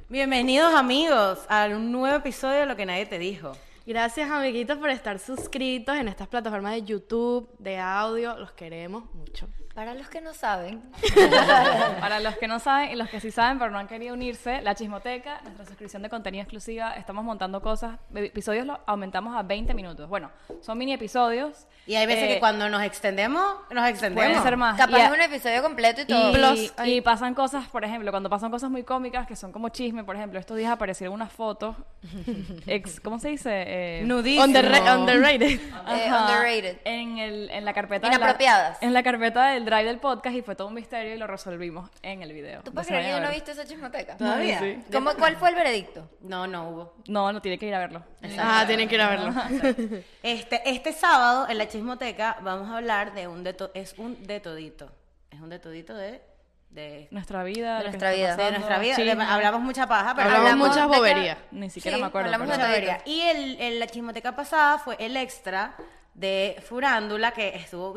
Bienvenidos amigos a un nuevo episodio de Lo que nadie te dijo. Gracias, amiguitos, por estar suscritos en estas plataformas de YouTube, de audio. Los queremos mucho. Para los que no saben. Para los que no saben y los que sí saben pero no han querido unirse, La Chismoteca, nuestra suscripción de contenido exclusiva, estamos montando cosas, episodios los aumentamos a 20 minutos. Bueno, son mini episodios. Y hay veces que cuando nos extendemos. Pueden ser más. Capaz es un episodio completo y todo. Y pasan cosas, por ejemplo, cuando pasan cosas muy cómicas que son como chisme, por ejemplo, estos días aparecieron unas fotos, ¿cómo se dice? Nudísimo. Underrated. Underrated. En la carpeta Inapropiadas. en la carpeta del drive del podcast y fue todo un misterio y lo resolvimos en el video. ¿Tú puedes creer que yo no he visto esa chismoteca? ¿Todavía? Sí. ¿Cuál fue el veredicto? No hubo. No, tiene que ir a verlo. Tienen que ir a verlo. Este sábado en la Chismoteca vamos a hablar de un de todito. Es un de todito de Nuestra vida. De lo que nuestra está vida. pasando. de nuestra vida. Sí. Hablamos mucha paja, pero Hablamos Hablamos muchas de boberías. Ni siquiera Sí, me acuerdo. hablamos pero- de mucha bobería. Y la Chismoteca pasada fue el extra de Furándula, que estuvo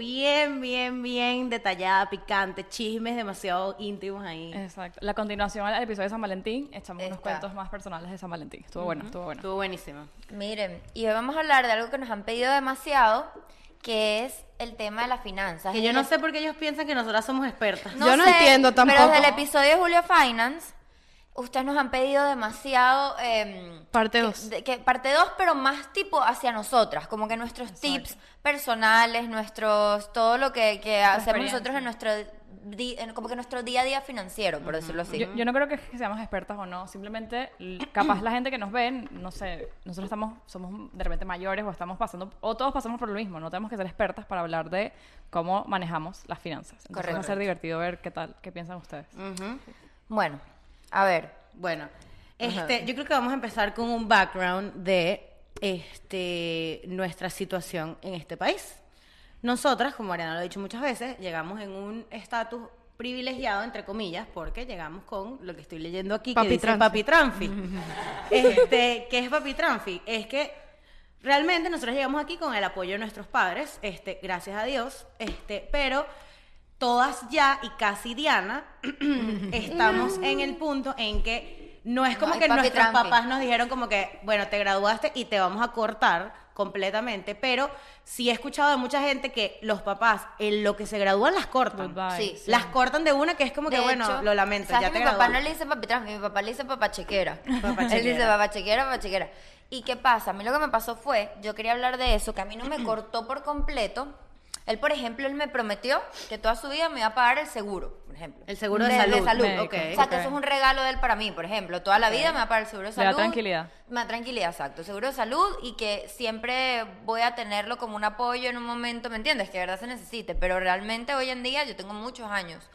bien detallada, picante, chismes demasiado íntimos ahí. Exacto. La continuación al episodio de San Valentín, echamos unos Está. cuentos más personales de San Valentín. Estuvo bueno. Estuvo buenísimo. Miren, y hoy vamos a hablar de algo que nos han pedido demasiado, que es el tema de las finanzas. Que yo no sé por qué ellos piensan que nosotras somos expertas. Yo no entiendo tampoco. Pero desde el episodio de Julio Finance, ustedes nos han pedido demasiado... Parte 2. Parte 2, pero más tipo hacia nosotras, como que nuestros tips personales, todo lo que hacemos nosotros en nuestro como que nuestro día a día financiero, por decirlo así. Yo no creo que seamos expertas o no, simplemente capaz la gente que nos ven, no sé, nosotros somos de repente mayores o todos pasamos por lo mismo, no tenemos que ser expertas para hablar de cómo manejamos las finanzas. Entonces Correcto. va a ser divertido ver qué piensan ustedes. Bueno, a ver, Bueno, yo creo que vamos a empezar con un background de nuestra situación en este país. Nosotras, como Ariana lo ha dicho muchas veces, llegamos en un estatus privilegiado, entre comillas, porque llegamos con lo que estoy leyendo aquí, que dice Papi Tranfi. ¿Qué es Papi Tranfi? Es que realmente nosotros llegamos aquí con el apoyo de nuestros padres, gracias a Dios, pero todas ya y casi Diana estamos en el punto en que no es como Ay, que Papi nuestros Tranfi. papás nos dijeron como que, bueno, te graduaste y te vamos a cortar completamente, pero sí he escuchado de mucha gente que los papás en lo que se gradúan las cortan. Goodbye. sí. Las cortan de una que es como que, De bueno, hecho, lo lamento, ¿sabes ya que te mi papá graduaste. no le dice papi Tranfi, mi papá le dice papá chequera. Papá Él dice chequera. papá chequera, papá chequera. ¿Y qué pasa? A mí lo que me pasó fue, yo quería hablar de eso, que a mí no me cortó por completo. Él, por ejemplo, él me prometió que toda su vida me iba a pagar el seguro, por ejemplo. El seguro de salud. Médico. Ok. O sea, que eso es un regalo de él para mí, por ejemplo. Toda la vida me va a pagar el seguro de Le da salud. tranquilidad. Me da tranquilidad, exacto. Seguro de salud y que siempre voy a tenerlo como un apoyo en un momento, ¿me entiendes? Que de verdad se necesite. Pero realmente hoy en día yo tengo muchos años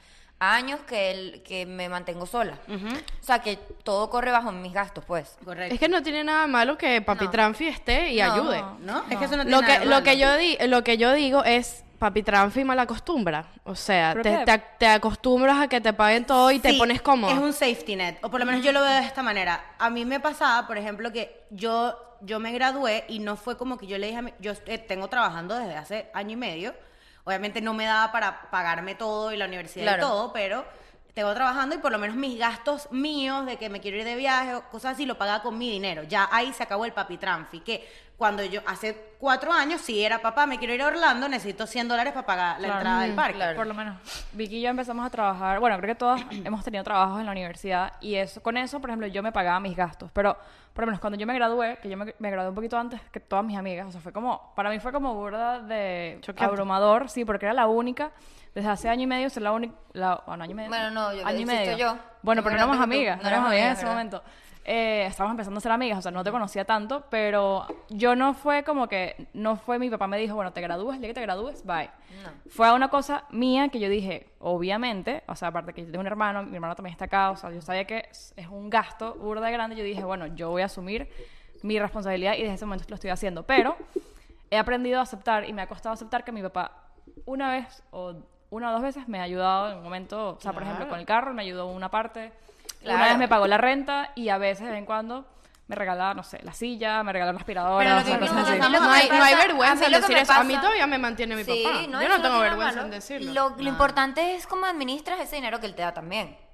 que me mantengo sola. O sea, que todo corre bajo mis gastos, pues. Correcto. Es que no tiene nada malo que Papi No. Tranfi esté y No. ayude. ¿No? Es que eso no tiene Lo nada de malo. lo que yo digo es, Papi Tranfi mal acostumbra. O sea, ¿Pero te acostumbras a que te paguen todo y te Sí, pones cómodo. Es un safety net, o por lo menos yo lo veo de esta manera. A mí me pasaba, por ejemplo, que yo me gradué y no fue como que yo le dije yo tengo trabajando desde hace año y medio. Obviamente no me daba para pagarme todo y la universidad Claro. y todo, pero tengo trabajando y por lo menos mis gastos míos de que me quiero ir de viaje o cosas así lo pagaba con mi dinero. Ya ahí se acabó el Papi Tranfi, que cuando yo hace 4 años sí era papá, me quiero ir a Orlando, necesito $100 para pagar la entrada del parque. claro. Por lo menos, Vicky y yo empezamos a trabajar, bueno, creo que todas hemos tenido trabajos en la universidad y con eso, por ejemplo, yo me pagaba mis gastos, pero por lo menos cuando yo me gradué, que yo me gradué un poquito antes que todas mis amigas, o sea, para mí fue como burda de Choqueante. abrumador, sí, porque era la única, desde hace año y medio, ser la única, bueno, año y medio. Bueno, no, yo año y existo medio. yo. Bueno, Soy pero más no éramos grande que tú. amigas, no éramos amigas en ese ¿verdad? momento. Estábamos empezando a ser amigas, o sea, no te conocía tanto, pero yo no fue como que, no fue mi papá me dijo, bueno, te gradúes, el día que te gradúes, bye. No. Fue una cosa mía que yo dije, obviamente, o sea, aparte que yo tengo un hermano, mi hermano también está acá, o sea, yo sabía que es un gasto burda grande, yo dije, bueno, yo voy a asumir mi responsabilidad y desde ese momento lo estoy haciendo, pero he aprendido a aceptar y me ha costado aceptar que mi papá una vez o una o dos veces me ha ayudado en un momento, o sea, por ejemplo, con el carro me ayudó una parte, Claro. una vez me pagó la renta y a veces de vez en cuando me regala, no sé, la silla, me regala una aspiradora, Pero lo o sea, que cosas nosotros así. estamos- No hay A mí vergüenza en lo que decir me eso. A mí pasa- todavía me mantiene mi Sí, papá. no, Yo eso no tengo tiene vergüenza malo. en decirlo. Lo importante es cómo administras ese dinero que él te da también.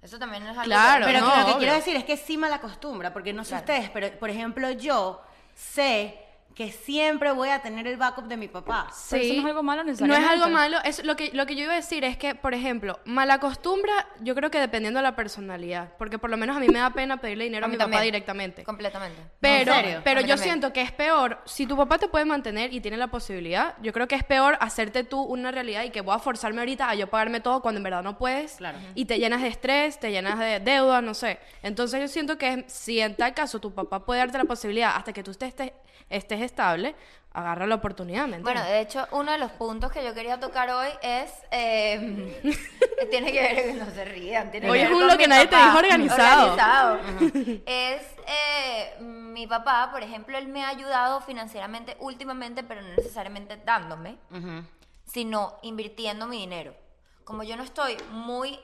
Eso también es algo Claro, Pero no, lo que obvio. quiero decir es que sí mal acostumbra, porque no sé ustedes, pero por ejemplo yo sé que siempre voy a tener el backup de mi papá. Pero eso no es algo malo No es necesariamente. algo malo. Es lo que yo iba a decir es que, por ejemplo, malacostumbra, yo creo que dependiendo de la personalidad. Porque por lo menos a mí me da pena pedirle dinero a mi papá también. directamente. completamente. Pero, ¿En serio? pero A mí yo también. siento que es peor, si tu papá te puede mantener y tiene la posibilidad, yo creo que es peor hacerte tú una realidad y que voy a forzarme ahorita a yo pagarme todo cuando en verdad no puedes. Claro. Y te llenas de estrés, te llenas de deuda, no sé. Entonces yo siento que si en tal caso tu papá puede darte la posibilidad hasta que tú estés estable, agarra la oportunidad, ¿me entiendes? Bueno, de hecho, uno de los puntos que yo quería tocar hoy es... tiene que ver... No se rían. Tiene Hoy que es ver un con lo que mi nadie te papá. dijo organizado. Organizado. Es... mi papá, por ejemplo, él me ha ayudado financieramente últimamente, pero no necesariamente dándome, sino invirtiendo mi dinero. Como yo no estoy muy...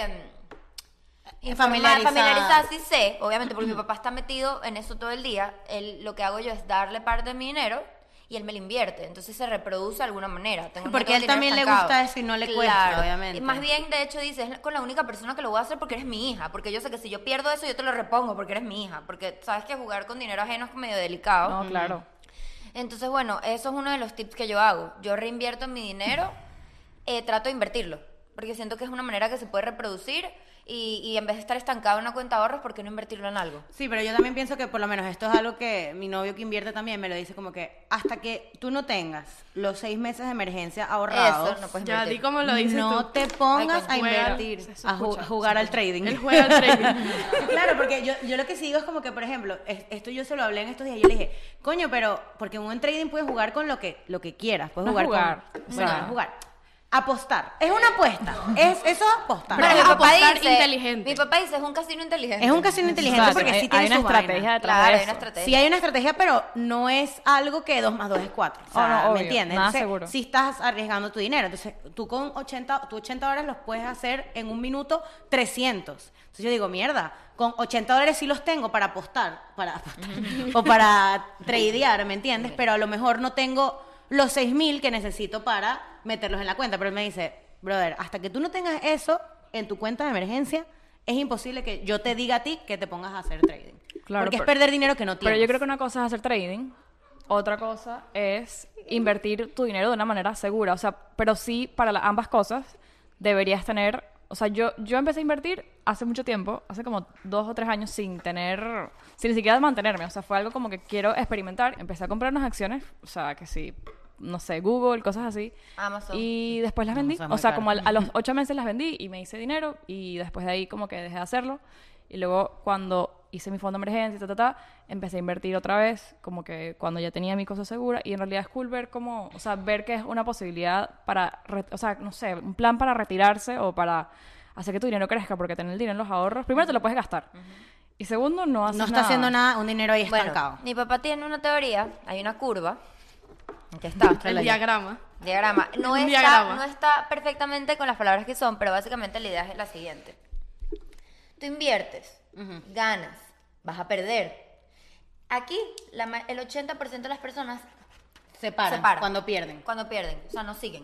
familiarizada, sí sé, obviamente, porque mi papá está metido en eso todo el día. Él, lo que hago yo es darle parte de mi dinero y él me lo invierte. Entonces se reproduce de alguna manera. Tengo Porque todo el a él también dinero le estancado. gusta eso y no le cuesta, obviamente. Y más bien, de hecho, dice, es con la única persona que lo voy a hacer porque eres mi hija. Porque yo sé que si yo pierdo eso, yo te lo repongo porque eres mi hija. Porque sabes que jugar con dinero ajeno es medio delicado. No, claro. Entonces, bueno, eso es uno de los tips que yo hago. Yo reinvierto mi dinero, trato de invertirlo, porque siento que es una manera que se puede reproducir y en vez de estar estancado en una cuenta de ahorros, ¿por qué no invertirlo en algo? Sí, pero yo también pienso que por lo menos esto es algo que mi novio que invierte también me lo dice como que hasta que tú no tengas los 6 meses de emergencia ahorrados, Eso no puedes ya invertir. di como lo dices no tú. te pongas Ay, a coño, invertir, se a escucha, jugar al trading. Él juega al trading. Claro, porque yo lo que sí digo es como que, por ejemplo, esto yo se lo hablé en estos días, yo le dije, coño, pero porque en un trading puedes jugar con lo que quieras, puedes No es jugar jugar, con... o Bueno, sea. no es jugar. Apostar. Es una apuesta. Eso es apostar. Pero mi es papá apostar dice, inteligente. mi papá dice, es un casino inteligente. Es un casino inteligente Exacto, porque sí hay tiene una sus estrategia vainas. detrás Claro, de hay eso. una estrategia. Sí hay una estrategia, pero no es algo que 2 más 2 es 4. O sea, Oh, no, ¿me obvio, entiendes? nada Entonces, seguro. si estás arriesgando tu dinero. Entonces, tú con 80 dólares los puedes hacer en un minuto 300. Entonces yo digo, mierda, con 80 dólares sí los tengo para apostar o para tradear, ¿me entiendes? Pero a lo mejor no tengo los 6,000 que necesito para meterlos en la cuenta. Pero él me dice, brother, hasta que tú no tengas eso en tu cuenta de emergencia, es imposible que yo te diga a ti que te pongas a hacer trading. Claro, porque es pero- perder dinero que no tienes. Pero yo creo que una cosa es hacer trading, otra cosa es invertir tu dinero de una manera segura. O sea, pero sí, para ambas cosas deberías tener... O sea, yo empecé a invertir hace mucho tiempo, hace como 2 o 3 años, sin ni siquiera mantenerme. O sea, fue algo como que quiero experimentar. Empecé a comprar unas acciones, o sea, que sí, no sé, Google, cosas así. Amazon. Y después las vendí. Amazon es O muy sea, caro. como a los 8 meses las vendí y me hice dinero. Y después de ahí como que dejé de hacerlo. Y luego cuando hice mi fondo de emergencia, empecé a invertir otra vez, como que cuando ya tenía mi cosa segura. Y en realidad es cool ver cómo, o sea, ver que es una posibilidad para, o sea, no sé, un plan para retirarse o para hacer que tu dinero crezca, porque tener el dinero en los ahorros, primero te lo puedes gastar. Y segundo, no haces No está haciendo nada, un dinero ahí Bueno, estancado. mi papá tiene una teoría, hay una curva, que está, El diagrama. diagrama. No Un está, diagrama. no está perfectamente con las palabras que son, pero básicamente la idea es la siguiente. Tú inviertes, ganas, vas a perder. Aquí, el 80% de las personas Se paran, se paran. cuando pierden. Cuando pierden, o sea, no siguen.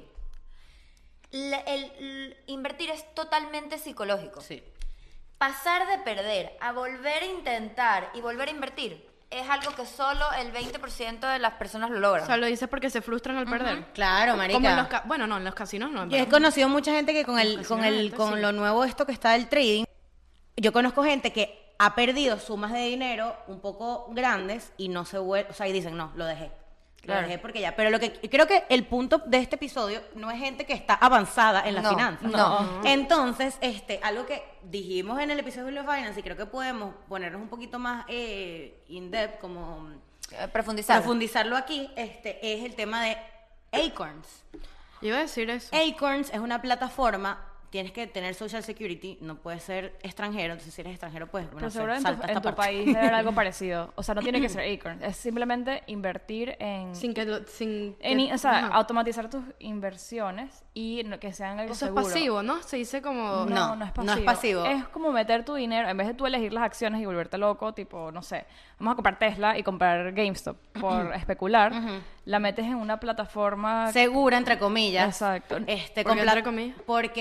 El invertir es totalmente psicológico. Sí. Pasar de perder a volver a intentar y volver a invertir es algo que solo el 20% de las personas lo O logran. sea, lo dices porque se frustran al perder. Claro, marica. Como en los bueno, no, en los casinos no. en Yo he verdad. conocido mucha gente que con Los casinos, con sí. lo nuevo esto que está del trading, yo conozco gente que ha perdido sumas de dinero un poco grandes y no se vuelve, o sea, y dicen, no, lo dejé. Claro. Lo dejé porque ya. Pero lo que creo que el punto de este episodio no es gente que está avanzada en las No, finanzas. no. Entonces, algo que dijimos en el episodio de Julio Finance, y creo que podemos ponernos un poquito más in-depth, como Profundizar. profundizarlo aquí, es el tema de Acorns. Yo iba a decir eso. Acorns es una plataforma, tienes que tener Social Security, no puedes ser extranjero, entonces si eres extranjero, pues, Pero bueno, seguro salta en esta tu parte. país debe haber algo parecido. O sea, no tiene que ser Acorn. Es simplemente invertir en... Sin que... Sin o sea, ajá. automatizar tus inversiones y que sean algo Eso es seguro. pasivo, ¿no? Se dice como... No. No es pasivo. no es pasivo. Es como meter tu dinero, en vez de tú elegir las acciones y volverte loco, tipo, no sé, vamos a comprar Tesla y comprar GameStop por especular, la metes en una plataforma... Segura, entre comillas. Exacto. ¿Por qué entre comillas? Porque igual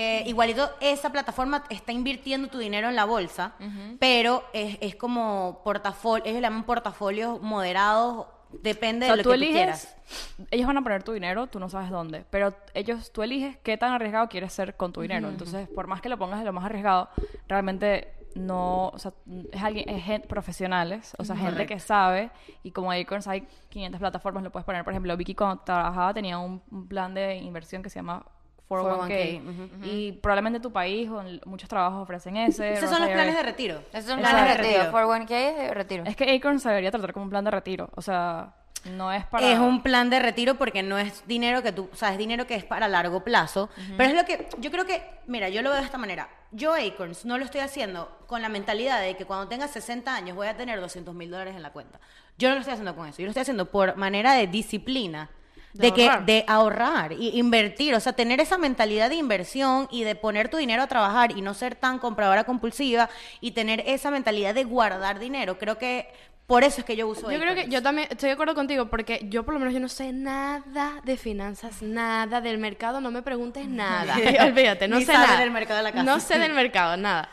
igualito esa plataforma está invirtiendo tu dinero en la bolsa, pero es como portafolio, ellos le llaman portafolios moderados, depende de lo que tú quieras. Ellos van a poner tu dinero, tú no sabes dónde, pero tú eliges qué tan arriesgado quieres ser con tu dinero. Entonces, por más que lo pongas de lo más arriesgado, realmente no, o sea, es gente profesionales, o sea, gente que sabe, y como Acorns hay 500 plataformas, lo puedes poner, por ejemplo, Vicky cuando trabajaba tenía un plan de inversión que se llama 401k, y probablemente tu país o muchos trabajos ofrecen ese. Esos son los planes de retiro. Esos son planes de retiro. 401k es de retiro. Es que Acorns se debería tratar como un plan de retiro, o sea, no es para... Es un plan de retiro porque no es dinero que tú, o sea, es dinero que es para largo plazo, pero es lo que, yo creo que, mira, yo lo veo de esta manera. Yo Acorns no lo estoy haciendo con la mentalidad de que cuando tenga 60 años voy a tener $200,000 en la cuenta. Yo no lo estoy haciendo con eso, yo lo estoy haciendo por manera de disciplina. De ahorrar y invertir, o sea, tener esa mentalidad de inversión y de poner tu dinero a trabajar y no ser tan compradora compulsiva y tener esa mentalidad de guardar dinero. Creo que por eso es que yo uso Yo creo que yo también estoy de acuerdo contigo, porque yo por lo menos yo no sé nada de finanzas, nada del mercado, no me preguntes nada. Olvídate, no Ni sé sabe nada. del mercado de la casa. No sé del mercado, nada.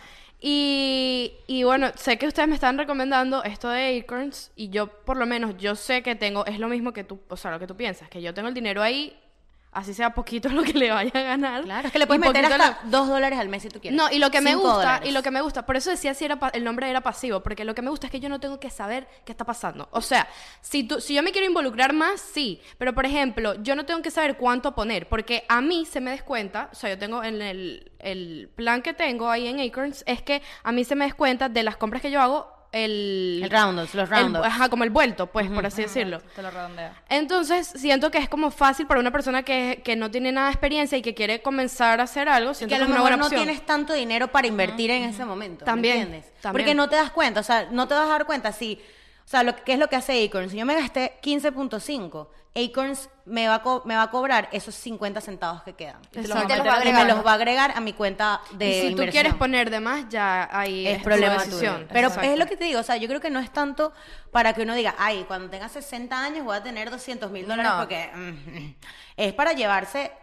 Y bueno, sé que ustedes me están recomendando esto de Acorns, y yo por lo menos, yo sé que tengo, es lo mismo que tú, o sea, lo que tú piensas, que yo tengo el dinero ahí, así sea poquito lo que le vaya a ganar. Claro, es que le puedes meter hasta $2 al mes si tú quieres. No, y lo que me gusta, $5. por eso decía si el nombre era pasivo, porque lo que me gusta es que yo no tengo que saber qué está pasando. O sea, si yo me quiero involucrar más, sí, pero por ejemplo, yo no tengo que saber cuánto poner, porque a mí se me descuenta, o sea, yo tengo en el plan que tengo ahí en Acorns, es que a mí se me descuenta de las compras que yo hago, los roundups. Ajá, como el vuelto, pues, por así decirlo. Te lo redondea. Entonces, siento que es como fácil para una persona que no tiene nada de experiencia y que quiere comenzar a hacer algo, siento Que a que lo es una mejor buena no opción. tienes tanto dinero para invertir en ese momento. También, ¿me entiendes? también. Porque no te das cuenta, o sea, no te vas a dar cuenta si, o sea, ¿qué es lo que hace Acorns? Si yo me gasté 15.5, Acorns me va a cobrar esos 50 centavos que quedan. Y Exacto. me los va a agregar a mi cuenta de Y si inversión. tú quieres poner de más, ya ahí es tu problema decisión. tuyo. Pero Exacto. es lo que te digo, o sea, yo creo que no es tanto para que uno diga, ay, cuando tenga 60 años voy a tener $200,000 No. porque es para llevarse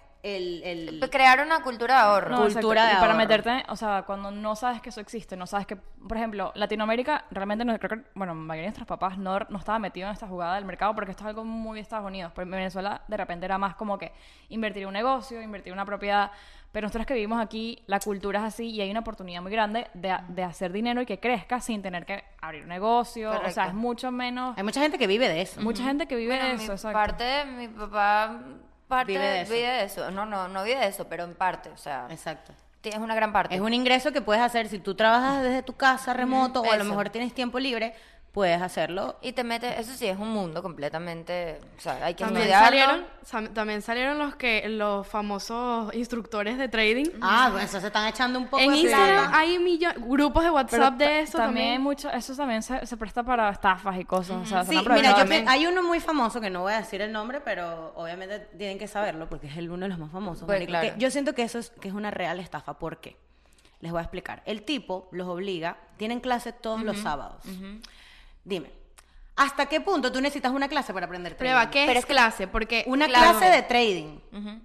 Crear una cultura de ahorro. No, cultura exacto. de Y para ahorro. meterte, o sea, cuando no sabes que eso existe, no sabes que, por ejemplo, Latinoamérica, realmente, no, creo que, bueno, la mayoría de nuestros papás no estaba metido en esta jugada del mercado porque esto es algo muy de Estados Unidos. Pero en Venezuela, de repente, era más como que invertir en un negocio, invertir en una propiedad. Pero nosotros que vivimos aquí, la cultura es así y hay una oportunidad muy grande de hacer dinero y que crezca sin tener que abrir un negocio. Correcto. O sea, es mucho menos... Hay mucha gente que vive de eso. Mucha gente que vive Bueno, de eso, exacto. parte de mi papá Vive de eso. No vive de eso, pero en parte, o sea, Exacto. es una gran parte. Es un ingreso que puedes hacer si tú trabajas desde tu casa remoto o a lo eso. mejor tienes tiempo libre, puedes hacerlo. Y te metes, eso sí, es un mundo completamente, o sea, hay que También estudiarlo. también salieron los famosos instructores de trading. Ah, pues eso se están echando un poco En de Instagram plata. hay grupos de WhatsApp Pero de eso también hay también. mucho, eso también se presta para estafas y cosas. O sea, se Sí, han mira, aprovechado. hay uno muy famoso que no voy a decir el nombre, pero obviamente tienen que saberlo porque es uno de los más famosos. Pues, marico, claro. que yo siento que eso es una real estafa. ¿Por qué? Les voy a explicar. El tipo los obliga, tienen clase todos los sábados. Dime, ¿hasta qué punto tú necesitas una clase para aprender trading? Prueba, ¿qué Pero es es que- clase? Porque Una Claro. clase de trading.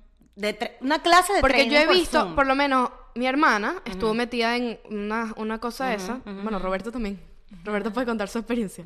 Una clase de Porque trading yo he por visto, Zoom. por lo menos, mi hermana estuvo metida en una cosa de esa. Bueno, Roberto también. Roberto puede contar su experiencia.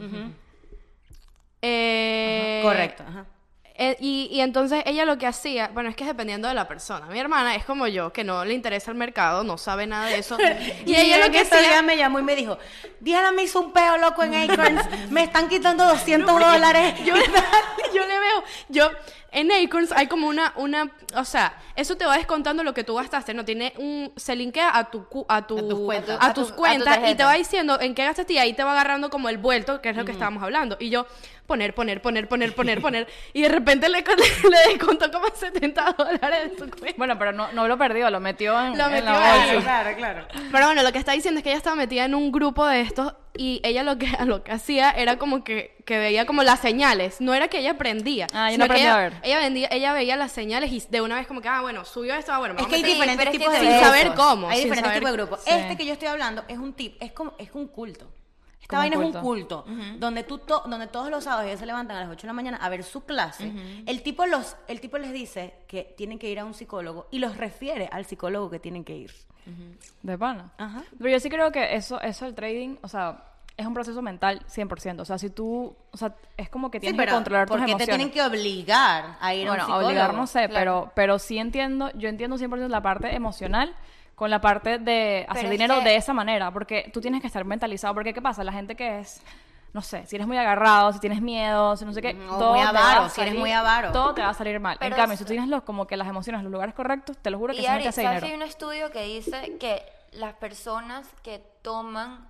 Correcto. Ajá. Y entonces ella lo que hacía, bueno, es que es dependiendo de la persona. Mi hermana es como yo, que no le interesa el mercado, no sabe nada de eso. y ella lo que ese día hacía... me llamó y me dijo, Diana me hizo un peo loco en Acorns, me están quitando $200. Yo le veo, en Acorns hay como o sea, eso te va descontando lo que tú gastaste, no tiene se linkea a tus cuentas. a tus A tu cuentas y te tarjeta. va diciendo en qué gastaste y ahí te va agarrando como el vuelto, que es lo que estábamos hablando. Y yo poner y de repente le descontó como $70 de su cuenta. Bueno, pero no lo perdió, lo metió en, Lo en metió la ahí. bolsa. Claro. Pero bueno, lo que está diciendo es que ella estaba metida en un grupo de estos y ella lo que hacía era como que veía como las señales. No era que ella aprendía. Ah, yo sino no que aprendí a ver. ella veía las señales y de una vez como que, bueno, subió esto, bueno, Es vamos que hay a meter- diferentes pero es que tipos de sin grupos. saber cómo, Hay sin diferentes saber- tipos de grupos. Sí. Este que yo estoy hablando es un culto. Esta Como vaina un es un culto, donde, donde todos los sábados ellos se levantan a las 8 de la mañana a ver su clase. El tipo les dice que tienen que ir a un psicólogo y los refiere al psicólogo que tienen que ir. De pana. Ajá. Pero yo sí creo que eso el trading, o sea, es un proceso mental 100%. O sea, si tú, o sea, es como que tienes que controlar tus ¿por qué emociones. te tienen que obligar a ir a un Bueno, psicólogo? obligar no sé, Claro. pero sí entiendo, yo entiendo 100% la parte emocional con la parte de hacer es dinero que- de esa manera, porque tú tienes que estar mentalizado, porque ¿qué pasa? La gente que es, no sé, si eres muy agarrado, si tienes miedo, si no sé qué, O todo muy te va avaro, a si eres salir- muy avaro. todo te va a salir mal. Pero en cambio, es- si tú tienes como que las emociones en los lugares correctos, te lo juro que Y eso no Ari, te hace ¿sabes? dinero. Hay un estudio que dice que las personas que toman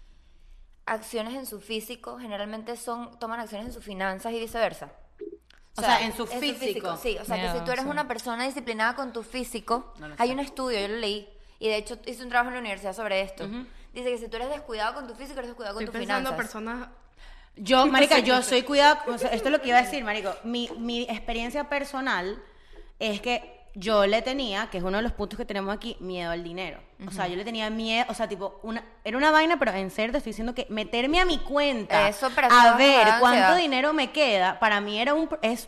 acciones en su físico generalmente toman acciones en sus finanzas y viceversa. O sea, en su físico. Sí, o sea, que Miedo, si tú eres sí. una persona disciplinada con tu físico, No lo hay sé. un estudio, yo lo leí, y de hecho hice un trabajo en la universidad sobre esto. Dice que si tú eres descuidado con tu físico, eres descuidado con Estoy tus pensando finanzas. personas... Yo, marica, yo soy cuidada, o sea, esto es lo que iba a decir, marico. Mi experiencia personal es que yo le tenía, que es uno de los puntos que tenemos aquí, miedo al dinero. O sea, yo le tenía miedo, o sea, tipo, era una vaina, pero en serio te estoy diciendo que meterme a mi cuenta Eso, pero a eso ver me da cuánto ansiedad. dinero me queda, para mí era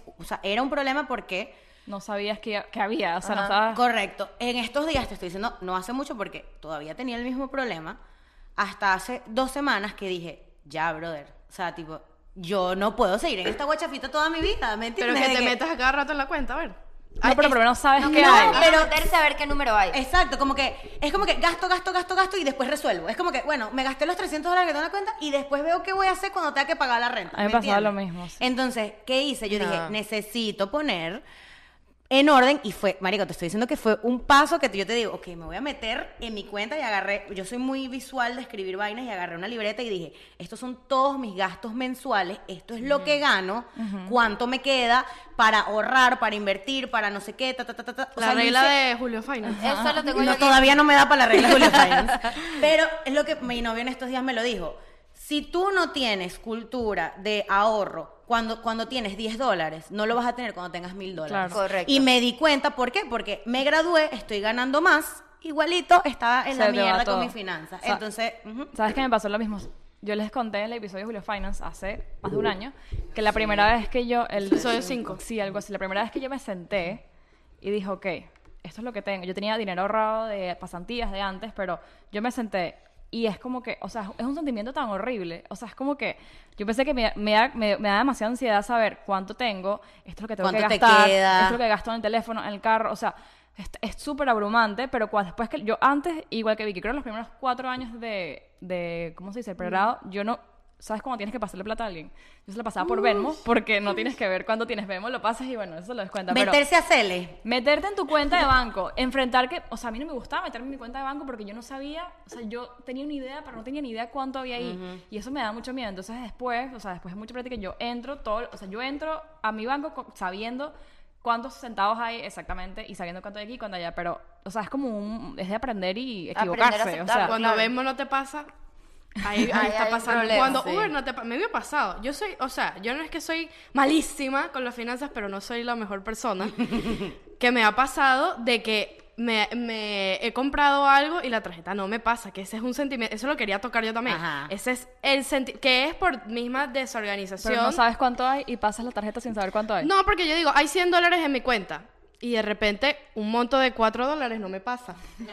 un problema porque... No sabías que había, o sea, no Ajá. estabas... Correcto. En estos días te estoy diciendo, no hace mucho porque todavía tenía el mismo problema, hasta hace 2 semanas que dije, ya, brother, o sea, tipo, yo no puedo seguir en esta guachafita toda mi vida, ¿me Pero entiendes? que De te metas a cada rato en la cuenta, a ver. No, pero primero no sabes No, qué no, hay. pero meterse a ver qué número hay. Exacto, como que, es como que gasto y después resuelvo. Es como que, bueno, me gasté los $300 que tengo en la cuenta y después veo qué voy a hacer cuando tenga que pagar la renta. A mí me ¿me pasaba lo entiendes? mismo, sí. Entonces, ¿qué hice? Yo No. dije, necesito poner en orden y fue, marico, te estoy diciendo que fue un paso que yo te digo, ok, me voy a meter en mi cuenta y agarré, yo soy muy visual de escribir vainas y agarré una libreta y dije, estos son todos mis gastos mensuales, esto es lo que gano, cuánto me queda para ahorrar, para invertir, para no sé qué, ta, ta, ta, ta, ta. O La sea, lo regla hice- de Julio Finance. Eso lo tengo yo no, aquí. todavía no me da para la regla de Julio Finance. Pero es lo que mi novio en estos días me lo dijo. Si tú no tienes cultura de ahorro cuando tienes $10, no lo vas a tener cuando tengas $1,000. Claro. Correcto. Y me di cuenta, ¿por qué? Porque me gradué, estoy ganando más, igualito estaba en Se la te va mierda todo. con mis finanzas. O sea, Entonces, ujú. ¿Sabes qué me pasó lo mismo? Yo les conté en el episodio de Julio Finance hace más de un año que la primera vez que yo... Episodio 5. Sí, algo así. La primera vez que yo me senté y dije, ok, esto es lo que tengo. Yo tenía dinero ahorrado de pasantías de antes, pero yo me senté y es como que, o sea, es un sentimiento tan horrible. O sea, es como que yo pensé que me da demasiada ansiedad saber cuánto tengo, esto es lo que tengo que ¿Cuánto te gastar, queda? esto es lo que gasto en el teléfono, en el carro, o sea... Es súper abrumante, pero después que yo antes, igual que Vicky, creo que los primeros 4 años de ¿cómo se dice? El pregrado, yo no, ¿sabes cómo tienes que pasarle plata a alguien? Yo se la pasaba por Venmo, porque no tienes que ver cuánto tienes Venmo, lo pasas y bueno, eso lo descuenta. Pero Meterse a Cele. meterte en tu cuenta de banco, enfrentar que, o sea, a mí no me gustaba meterme en mi cuenta de banco porque yo no sabía, o sea, yo tenía una idea, pero no tenía ni idea cuánto había ahí. Y eso me da mucho miedo. Entonces después, o sea, después de mucha práctica, yo entro a mi banco sabiendo cuántos centavos hay exactamente y sabiendo cuánto hay aquí y cuánto allá, pero, o sea, es de aprender y Aprender a equivocarse, o aceptar. sea, Cuando claro. Venmo no te pasa, ahí Ahí está hay pasando. problema, Cuando sí. Uber no te pasa, me había pasado. Yo soy, o sea, yo no es que soy malísima con las finanzas, pero no soy la mejor persona. Que me ha pasado de que me he comprado algo y la tarjeta no me pasa, que ese es un sentimiento, eso lo quería tocar yo también. Ajá. Ese es el sentimiento, que es por misma desorganización. pero no sabes cuánto hay y pasas la tarjeta sin saber cuánto hay. No, porque yo digo, hay $100 en mi cuenta. Y de repente, un monto de $4 no me pasa.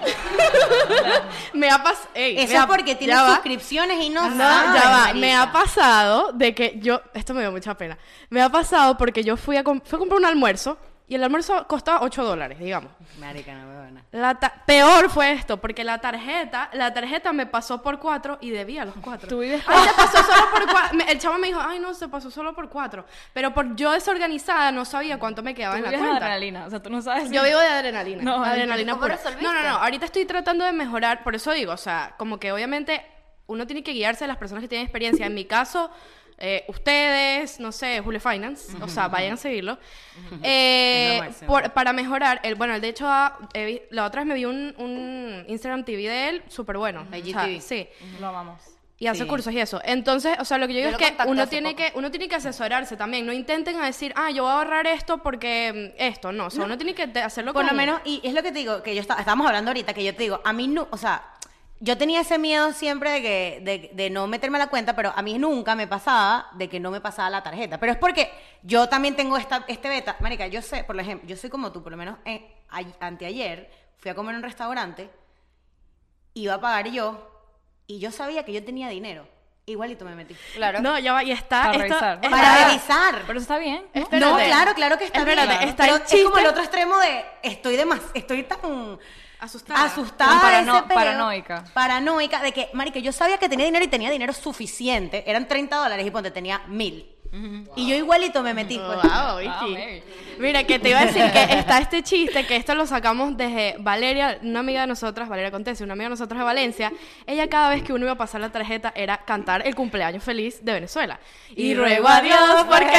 Me ha pasado. Eso es porque tienes suscripciones y no, No, sabes, ya va. marica. Me ha pasado de que yo... Esto me dio mucha pena. Me ha pasado porque yo fui a comprar un almuerzo y el almuerzo costaba $8, digamos. Marica, no me van Peor fue esto, porque la tarjeta me pasó por 4 y debía los 4. Tú vives Ay, se pasó solo por 4. El chavo me dijo, ay, no, se pasó solo por 4. Pero por yo desorganizada no sabía cuánto me quedaba tú en la vives de cuenta. adrenalina, o sea, tú no sabes. Yo vivo de adrenalina. No, adrenalina ¿cómo pura. resolviste? No. Ahorita estoy tratando de mejorar. Por eso digo, o sea, como que obviamente uno tiene que guiarse de las personas que tienen experiencia. En mi caso, ustedes, no sé, Julio Finance, o sea, vayan a seguirlo. Es lo máximo. Para mejorar, de hecho, la otra vez me vi un Instagram TV de él súper bueno. IGTV. Sí. Lo amamos. Y hace Sí. cursos y eso. Entonces, o sea, lo que yo digo Yo es lo que contacté uno hace tiene poco. uno tiene que asesorarse también. No intenten a decir, yo voy a ahorrar esto porque esto. No, o sea, uno tiene que hacerlo Por lo con- menos, y es lo que te digo, que estábamos hablando ahorita, que yo te digo, a mí no, o sea, yo tenía ese miedo siempre de no meterme a la cuenta, pero a mí nunca me pasaba de que no me pasaba la tarjeta. Pero es porque yo también tengo este beta. Marica, yo sé, por ejemplo, yo soy como tú, por lo menos anteayer fui a comer en un restaurante, iba a pagar yo, y yo sabía que yo tenía dinero. Igualito me metí. Claro. No, ya va, y está... Para esto- revisar. está- Para revisar. Pero eso está bien, ¿no? Espérate. No, claro que está Espérate, bien. está Pero el es como el chiste- otro extremo de estoy tan Asustada. asustada de ese peo. Paranoica. Paranoica de que, marica, yo sabía que tenía dinero y tenía dinero suficiente. Eran $30 y ponte, tenía 1,000. Y yo igualito me metí. Pues. Wow, Vicky. Mira, que te iba a decir que está este chiste, que esto lo sacamos desde Valeria, una amiga de nosotras, Valeria Contesi, una amiga de nosotros de Valencia. Ella cada vez que uno iba a pasar la tarjeta era cantar el cumpleaños feliz de Venezuela. Y ruego a Dios porque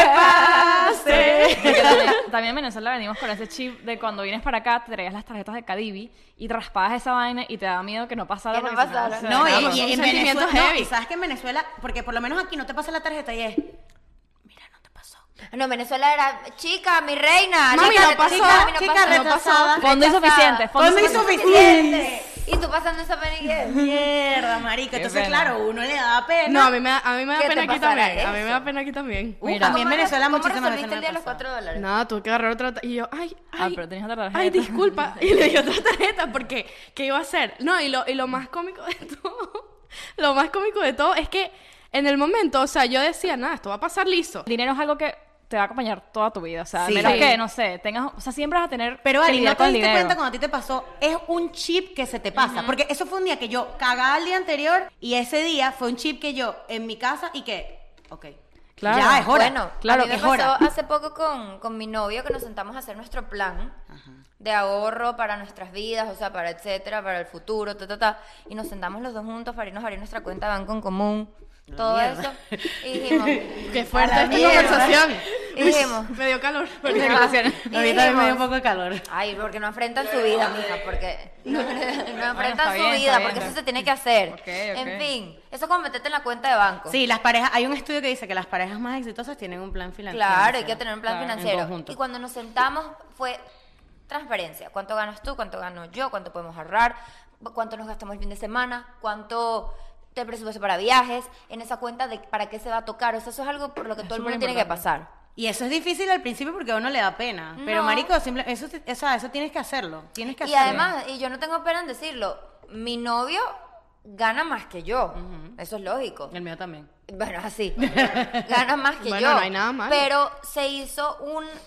pase. Porque también en Venezuela venimos con ese chip de cuando vienes para acá, te traías las tarjetas de Cadivi y raspabas esa vaina y te daba miedo que no pasara. Que no porque si pasara. se- No, Vamos, y son en sentimientos Venezuela. heavy. Y sabes que en Venezuela, porque por lo menos aquí no te pasa la tarjeta y es. Mira, no te pasó. No, en Venezuela era, chica, mi reina. Mami, chica, no pasó. mami, no Chica, pasó. retrasada. Fondo insuficiente. Fondo Fondo insuficiente. insuficiente. Y tú pasando esa pena. Mierda, marica. Qué Entonces, pena. claro, uno le da pena. No, a mí me da ¿Qué pena te aquí pasará también. A mí me eso? da pena aquí también. Mira. a mí en Venezuela ¿Cómo muchísimas resolviste veces no el día de me los pasaba. $4? Nada, tuve que agarrar otra y yo, ay, pero tenías otra tarjeta. ay, disculpa. Y le di otra tarjeta porque, ¿qué iba a hacer? No, y lo más cómico de todo, lo más cómico de todo es que en el momento, o sea, yo decía, nada, esto va a pasar liso. El dinero es algo que te va a acompañar toda tu vida. O sea, a Sí. menos Sí. que, no sé, tengas... O sea, siempre vas a tener Pero que Ari, lidiar ¿no te con el diste dinero. cuenta cuando a ti te pasó? Es un chip que se te pasa. Porque eso fue un día que yo cagaba el día anterior y ese día fue un chip que yo en mi casa y que, ok, Claro. ya es hora. Bueno, claro a mí que me es hora. pasó hace poco con mi novio que nos sentamos a hacer nuestro plan de ahorro para nuestras vidas, o sea, para etcétera, para el futuro, y nos sentamos los dos juntos para irnos a abrir nuestra cuenta de banco en común, todo mierda. eso, y dijimos, Qué fuerte a la esta mierda. conversación. Y dijimos, Me dio calor. y Ahorita también me dio un dijimos, poco de calor. ay, porque no enfrentan su vida, mija, porque no enfrentan está su bien, vida, está porque bien. eso se tiene que hacer. Ok, ok. En fin, eso es como meterte en la cuenta de banco. Sí, las parejas, hay un estudio que dice que las parejas más exitosas tienen un plan financiero. Claro, hay que tener un plan Claro, en financiero. conjunto. Y cuando nos sentamos fue transparencia. ¿Cuánto ganas tú? ¿Cuánto gano yo? ¿Cuánto podemos ahorrar? ¿Cuánto nos gastamos el fin de semana? ¿Cuánto te presupuesto para viajes? En esa cuenta de para qué se va a tocar. O sea, eso es algo por lo que todo el mundo tiene que pasar. Y eso es difícil al principio porque a uno le da pena. Pero, No. marico, eso tienes que hacerlo. Tienes que Y hacerlo. además, y yo no tengo pena en decirlo, mi novio gana más que yo. Eso es lógico. El mío también. Bueno, así. Gana más que Bueno, yo. no hay nada malo. Pero se hizo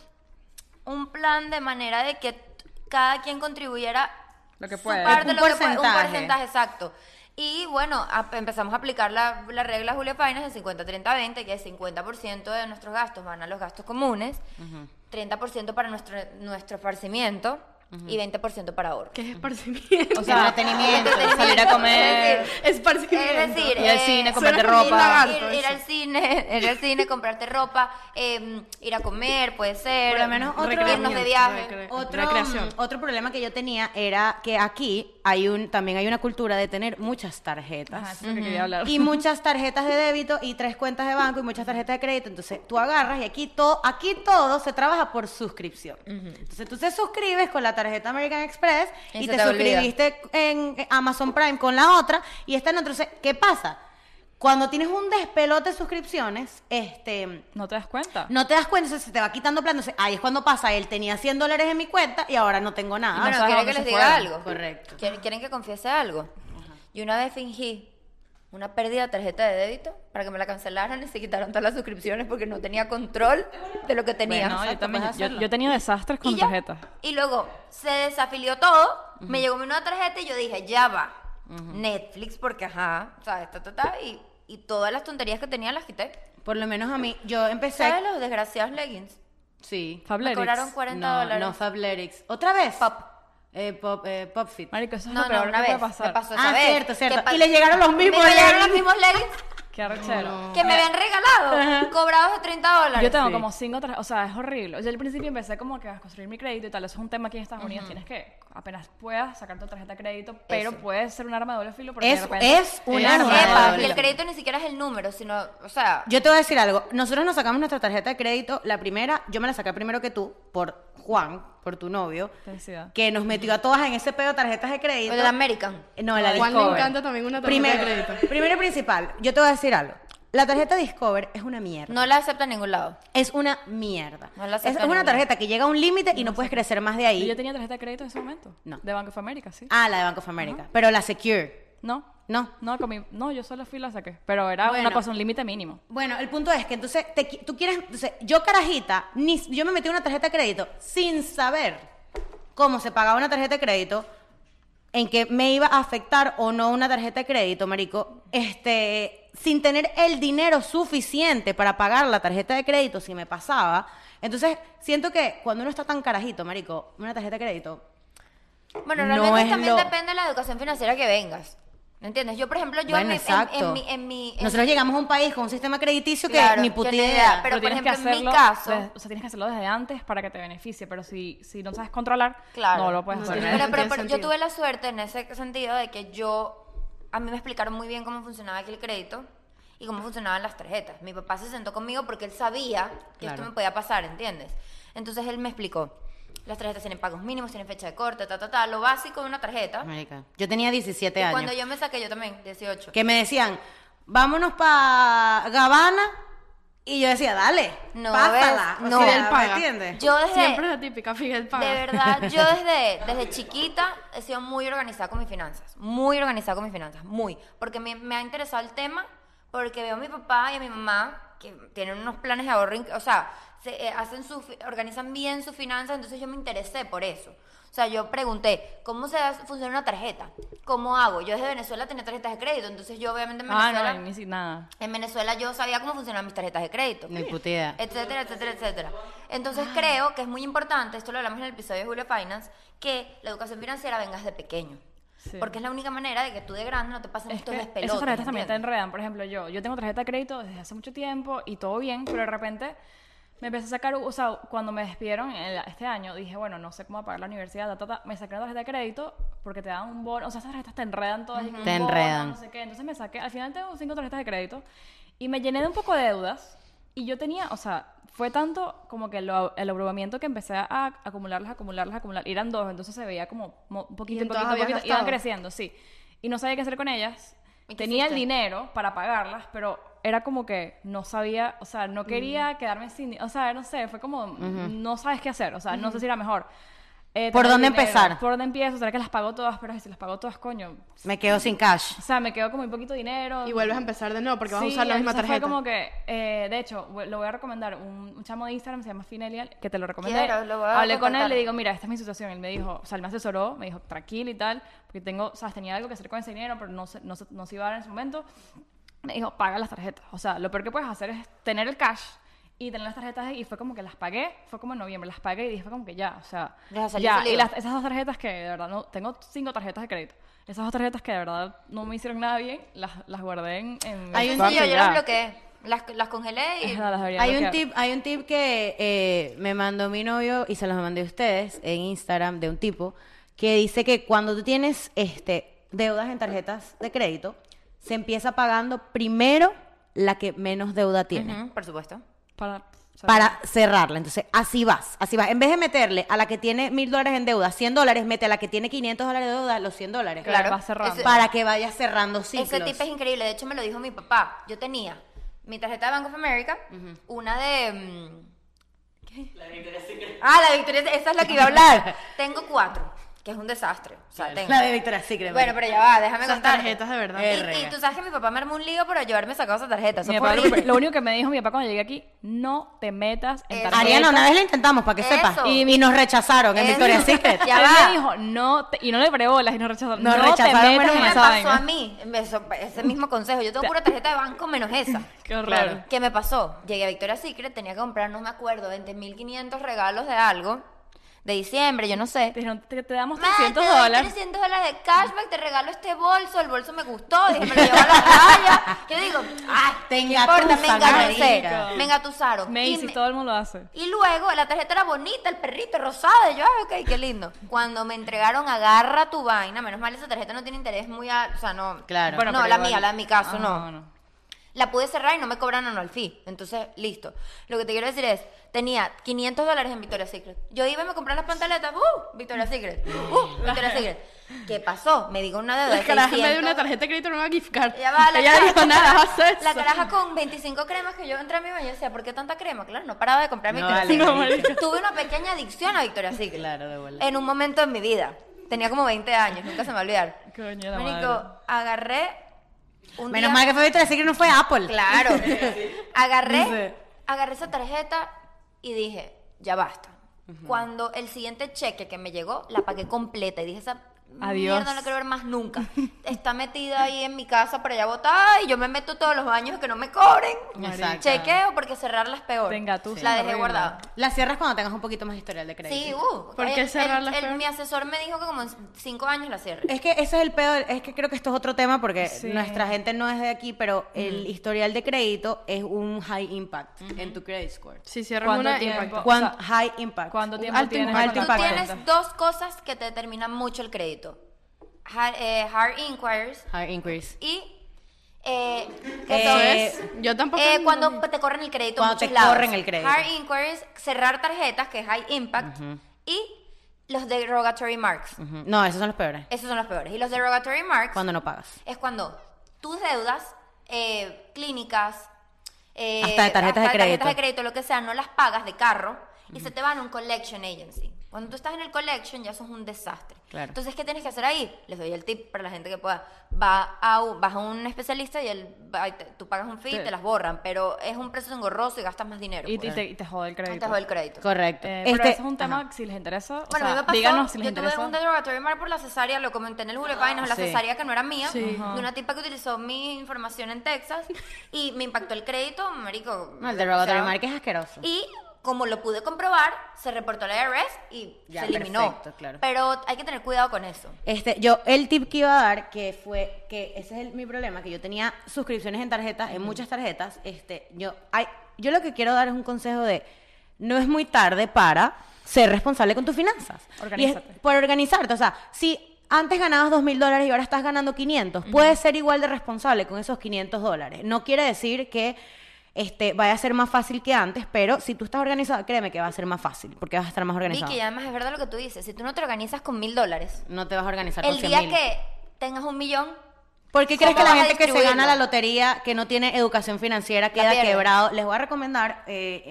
un plan de manera de que cada quien contribuyera Lo que su puede. parte, Un lo que puede, un porcentaje. porcentaje exacto. Y bueno, empezamos a aplicar la regla Julia Fainas de 50-30-20, que es 50% de nuestros gastos van a los gastos comunes, 30% para nuestro esparcimiento y 20% para ahorro. ¿Qué es esparcimiento? O sea, Entretenimiento. salir a comer. Esparcimiento. Es decir, Ir al cine, comprarte suena como un ropa. lagarto. ir al cine, comprarte ropa, ir a comer, puede ser, Por lo menos otro- irnos de viaje. Recreación. Otro problema que yo tenía era que aquí también hay una cultura de tener muchas tarjetas. Ajá, eso es lo que quería hablar. Y muchas tarjetas de débito y 3 cuentas de banco y muchas tarjetas de crédito. Entonces tú agarras y aquí todo se trabaja por suscripción. Entonces tú te suscribes con la tarjeta American Express Y y se te te olvida. suscribiste en Amazon Prime con la otra y esta en otro. Entonces, ¿qué pasa? Cuando tienes un despelote de suscripciones, ¿No te das cuenta? no te das cuenta, entonces se te va quitando plata. Entonces, ahí es cuando pasa, él tenía $100 en mi cuenta y ahora no tengo nada. Bueno, sabes a ¿quieren que dónde les se diga fueron. algo? Correcto. ¿Quieren que confiese algo? Yo una vez fingí una pérdida de tarjeta de débito para que me la cancelaran y se quitaron todas las suscripciones porque no tenía control de lo que tenía. Bueno, yo Exacto, también. puedes hacerlo. Yo he tenido desastres con Y ya. tarjetas. Y luego se desafilió todo, me llegó mi nueva tarjeta y yo dije, ya va, Netflix, porque ajá, ¿sabes? Y todas las tonterías que tenía las quité. Por lo menos a mí, yo empecé. ¿Sabes los desgraciados leggings? Sí. Me Fabletics. cobraron $40. No, Fabletics. ¿Otra vez? Pop. Popfit. Marico, eso es No, lo peor no, una que vez puede me pasar. pasó esa vez. Cierto, cierto. Que pa- Y le llegaron los mismos. Me llegaron los leggings. mismos leggings Qué arrechero. que me habían regalado, cobrados de $30. Yo tengo Sí. como 5 tarjetas, o sea, es horrible. Yo al principio empecé como que a construir mi crédito y tal, eso es un tema aquí en Estados Unidos, tienes que apenas puedas sacar tu tarjeta de crédito, pero puede ser un arma de doble filo porque de repente... Es un arma de Epa, doble y el filo. crédito ni siquiera es el número, sino, o sea, Yo te voy a decir algo. Nosotros nos sacamos nuestra tarjeta de crédito. La primera, yo me la saqué primero que tú, por Juan, por tu novio, Felicidad. que nos metió a todas en ese pedo de tarjetas de crédito. el de American. No, la A Juan le Discover. encanta también una tarjeta Primero, de crédito. primero y principal, yo te voy a decir algo. La tarjeta Discover es una mierda. No la acepta en ningún lado. Es una mierda. No la es aceptan una ni tarjeta que llega a un límite y no puedes crecer más de ahí. Yo tenía tarjeta de crédito en ese momento. No. De Bank of America, sí. Ah, la de Bank of America. Pero la Secure. No. No. No, yo solo fui y la saqué. Pero era Bueno. una cosa, un límite mínimo. Bueno, el punto es que entonces tú quieres. Entonces, yo, carajita, yo me metí una tarjeta de crédito sin saber cómo se pagaba una tarjeta de crédito, en que me iba a afectar o no una tarjeta de crédito, marico, sin tener el dinero suficiente para pagar la tarjeta de crédito si me pasaba. Entonces, siento que cuando uno está tan carajito, marico, una tarjeta de crédito. Bueno, No realmente es también lo- depende de la educación financiera que vengas. ¿Me entiendes? Yo, por ejemplo, yo Bueno, exacto. Nosotros llegamos a un país con un sistema crediticio Claro, que ni puta que ni idea. idea, pero por tienes que ejemplo, en mi hacerlo caso- o sea, tienes que hacerlo desde antes para que te beneficie. Pero si no sabes controlar, Claro. no lo puedes No hacer. tiene- Pero tiene yo sentido. tuve la suerte en ese sentido de que a mí me explicaron muy bien cómo funcionaba aquí el crédito y cómo funcionaban las tarjetas. Mi papá se sentó conmigo porque él sabía que Claro. esto me podía pasar, ¿entiendes? Entonces él me explicó, las tarjetas tienen pagos mínimos, tienen fecha de corte, lo básico de una tarjeta. Marica, yo tenía 17 Y años. cuando yo me saqué, yo también, 18. Que me decían, vámonos para Gabbana. Y yo decía, dale, No, pásala. ¿ves? O No. sea, Fidel ¿me paga. entiendes? Yo desde... Siempre es la típica, Fidel paga. De verdad, yo desde chiquita he sido muy organizada con mis finanzas. Muy organizada con mis finanzas. Muy. Porque me ha interesado el tema. Porque veo a mi papá y a mi mamá que tienen unos planes de ahorro. O sea, organizan bien sus finanzas. Entonces yo me interesé por eso. O sea, yo pregunté, ¿cómo funciona una tarjeta? ¿Cómo hago? Yo desde Venezuela tenía tarjetas de crédito. Entonces yo obviamente en Venezuela... No, ni si nada. En Venezuela yo sabía cómo funcionaban mis tarjetas de crédito. Ni puta idea. Etcétera, etcétera, etcétera. Entonces creo que es muy importante, esto lo hablamos en el episodio de Julio Finance, que la educación financiera venga desde pequeño. Sí. Porque es la única manera de que tú de grande no te pasen Es estos que despelotes. esas tarjetas también te ¿entiendes? enredan. Por ejemplo, yo tengo tarjeta de crédito desde hace mucho tiempo y todo bien, pero de repente me empecé a sacar, o sea, cuando me despidieron este año, dije, bueno, no sé cómo pagar la universidad, me saqué una tarjeta de crédito porque te dan un bono, o sea, esas tarjetas te enredan todas. y con Te un bono, enredan. no sé qué. Entonces me saqué, al final tengo 5 tarjetas de crédito y me llené de un poco de deudas y yo tenía, o sea, fue tanto como que el abrumamiento que empecé a acumularlas, y eran 2, entonces se veía como un poquito, ¿Y en un todas poquito, habías iban gastado? creciendo, sí. Y no sabía qué hacer con ellas. ¿Y qué Tenía el hiciste? dinero para pagarlas, pero era como que no sabía, o sea, no quería quedarme sin, o sea, no sé, fue como, no sabes qué hacer, o sea, no sé si era mejor. ¿Por tener dónde dinero, empezar? ¿Por dónde empiezo? ¿Será que las pago todas? Pero si las pago todas, coño, Me quedo sin cash. o sea, me quedo con muy poquito dinero. Y vuelves a empezar de nuevo porque vas a Sí, usar la misma entonces tarjeta. Fue como que, de hecho, lo voy a recomendar. Un chamo de Instagram se llama Finelial, que te lo recomendé. Quiero, lo voy a Hablé con él, contactar. le digo, mira, esta es mi situación. Él me dijo, o sea, él me asesoró, me dijo, tranquila y tal, porque tengo, o sea, tenía algo que hacer con ese dinero, pero no se iba a dar en ese momento. Me dijo, paga las tarjetas. O sea, lo peor que puedes hacer es tener el cash y tener las tarjetas y fue como que las pagué, fue como en noviembre, las pagué y dije, fue como que ya, o sea, Deja salir ya. ese Y lío. esas 2 tarjetas que de verdad no, tengo 5 tarjetas de crédito. Esas 2 tarjetas que de verdad no me hicieron nada bien, las guardé en Hay un Sencillo, Sí, yo ya. las bloqueé. Las congelé y... Las debería Hay bloquear. hay un tip que me mandó mi novio y se los mandé a ustedes en Instagram de un tipo que dice que cuando tú tienes deudas en tarjetas de crédito, se empieza pagando primero la que menos deuda tiene. Ujú, por supuesto. Para cerrarla. Entonces, así vas, así vas. En vez de meterle a la que tiene $1,000 en deuda, $100, mete a la que tiene $500 de deuda, los $100. Claro, va cerrando. Ese- Para que vayas cerrando ciclos. Ese tip es increíble. De hecho, me lo dijo mi papá. Yo tenía mi tarjeta de Bank of America, una de... ¿qué? La Victoria's Secret. Ah, la Victoria's Secret. Esa es la que iba a hablar. Tengo 4, que es un desastre. O sea, tengo. La de Victoria's Secret. Bueno, pero ya va, déjame Esas contar. tarjetas de verdad. Y tú sabes que mi papá me armó un lío por llevarme sacado esa tarjeta. Eso Mi fue papá, horrible. lo único que me dijo mi papá cuando llegué aquí, no te metas en Eso. tarjetas. Ariana, una vez la intentamos, para que Eso. sepas. Y nos rechazaron en Eso. Victoria's Secret. Ya Él va. me dijo, y no le paré bolas y nos rechazaron. Nos no rechazaron, te bueno, metas en me esa pasó vaina. a mí ese mismo consejo. Yo tengo pura tarjeta de banco menos esa. Qué horror. Claro. ¿Qué me pasó? Llegué a Victoria's Secret, tenía que comprar, no me acuerdo, 20.500 regalos de algo. de diciembre, yo no sé. Te dijeron, te damos Ma, $300. te doy $300 de cashback, te regalo este bolso, el bolso me gustó, dije, me lo llevo a la playa. Yo digo, ay, Te no importa, me engatusan, engatusé, marica. me engatusaron. Macy's, todo el mundo lo hace. Y luego la tarjeta era bonita, el perrito rosado, y yo, ay, ok, qué lindo. Cuando me entregaron, agarra tu vaina, menos mal esa tarjeta no tiene interés muy alto, o sea, no. Claro. Bueno, no, pero la igual- mía, la de mi caso, Ah, no. La pude cerrar y no me cobran anual fee. Entonces, listo. Lo que te quiero decir es, tenía $500 en Victoria's Secret. Yo iba y me compré las pantaletas, Victoria's Secret, Victoria's Secret. ¿Qué pasó? Me digo una deuda La de caraja en 600. vez de una tarjeta de crédito no me va a gift card. Ella va, la Ella caraja- dijo, nada, haz eso. La caraja con 25 cremas que yo entré a mi baño y decía, ¿por qué tanta crema? Claro, no paraba de comprar No, Victoria's vale, Secret. marica. Tuve una pequeña adicción a Victoria's Secret. Claro, de bola. En un momento en mi vida. Tenía como 20 años, nunca se me va a olvidar. Coño de la Marico, madre. agarré un Menos día- mal que fue Victoria's Secret, no fue Apple. Claro. Agarré, Dice. agarré esa tarjeta y dije, ya basta. Cuando el siguiente cheque que me llegó, la pagué completa y dije, esa Adiós. mierda no la quiero ver más nunca. Está metida ahí en mi casa para allá botada y yo me meto todos los años que no me cobren. Exacto. Chequeo porque cerrarla es peor. Te engatusan La dejé horrible. guardada. La cierras cuando tengas un poquito más historial de crédito. Sí, ¿Por qué cerrarla es peor? mi asesor me dijo que como en 5 años la cierre. Es que ese es el peor, es que creo que esto es otro tema porque Sí. nuestra gente no es de aquí, pero el historial de crédito es un high impact en tu credit score. Si cierras ¿Cuánto una, tiempo? impacta. ¿Cuán O sea, high impact? ¿Cuánto tiempo alto tienes? impacto. Tú Alto tienes impacto. dos cosas que te determinan mucho el crédito. Hard inquiries High increase. y Eso es. Yo tampoco. cuando te corren el crédito en Cuando muchos te lados. corren el crédito. Hard inquiries, cerrar tarjetas, que es high impact, y los derogatory marks. Ujú. No, esos son los peores. Esos son los peores. Y los derogatory marks Cuando no pagas. es cuando tus deudas, clínicas, Hasta de tarjetas de crédito. lo que sea, no las pagas de carro y se te van a un collection agency. Cuando tú estás en el collection ya eso es un desastre. Claro. Entonces, ¿qué tienes que hacer ahí? Les doy el tip para la gente que pueda. Vas a un especialista y tú pagas un fee y Sí. te las borran, pero es un proceso engorroso y gastas más dinero. Y pues. te jode el crédito. Te jode el crédito. Correcto. Pero ese es un tema, si les interesa, o Bueno, a mí sea, me pasó, díganos si les yo tuve interesa. un derogatory mark por la cesárea, lo comenté en el Julio Painos, la Sí. cesárea que no era mía, Sí. de una tipa que utilizó mi información en Texas y me impactó el crédito, marico. No, el derogatory demasiado. mark es asqueroso. Y como lo pude comprobar, se reportó a la IRS y Ya, se eliminó. perfecto, claro. Pero hay que tener cuidado con eso. Yo, el tip que iba a dar, que fue, que ese es mi problema, que yo tenía suscripciones en tarjetas, en muchas tarjetas, yo lo que quiero dar es un consejo de, no es muy tarde para ser responsable con tus finanzas. Organízate. Y es por organizarte, o sea, si antes ganabas $2,000 y ahora estás ganando 500, puedes ser igual de responsable con esos $500. No quiere decir que vaya a ser más fácil que antes, pero si tú estás organizado, créeme que va a ser más fácil, porque vas a estar más organizado. Vicky, además es verdad lo que tú dices, si tú no te organizas con $1,000, No te vas a organizar con el día 100,000. que tengas $1,000,000, ¿Por qué crees ¿Cómo que la vas a gente que se distribuirlo? gana la lotería, que no tiene educación financiera, queda pierde. quebrado? Les voy a recomendar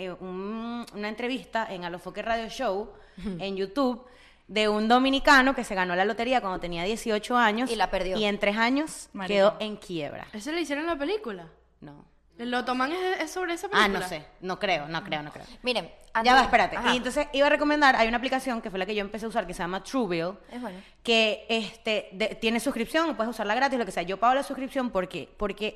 una entrevista en Alofoque Radio Show en YouTube de un dominicano que se ganó la lotería cuando tenía 18 años Y la perdió. y en 3 años Marico. quedó en quiebra. ¿Eso le hicieron en la película? No. ¿El Lotoman es sobre esa Ah, película? no sé. No creo. miren. Ya va, espérate. Ajá. Y entonces iba a recomendar, hay una aplicación que fue la que yo empecé a usar que se llama Truebill, Es bueno. que tiene suscripción, puedes usarla gratis, lo que sea. Yo pago la suscripción porque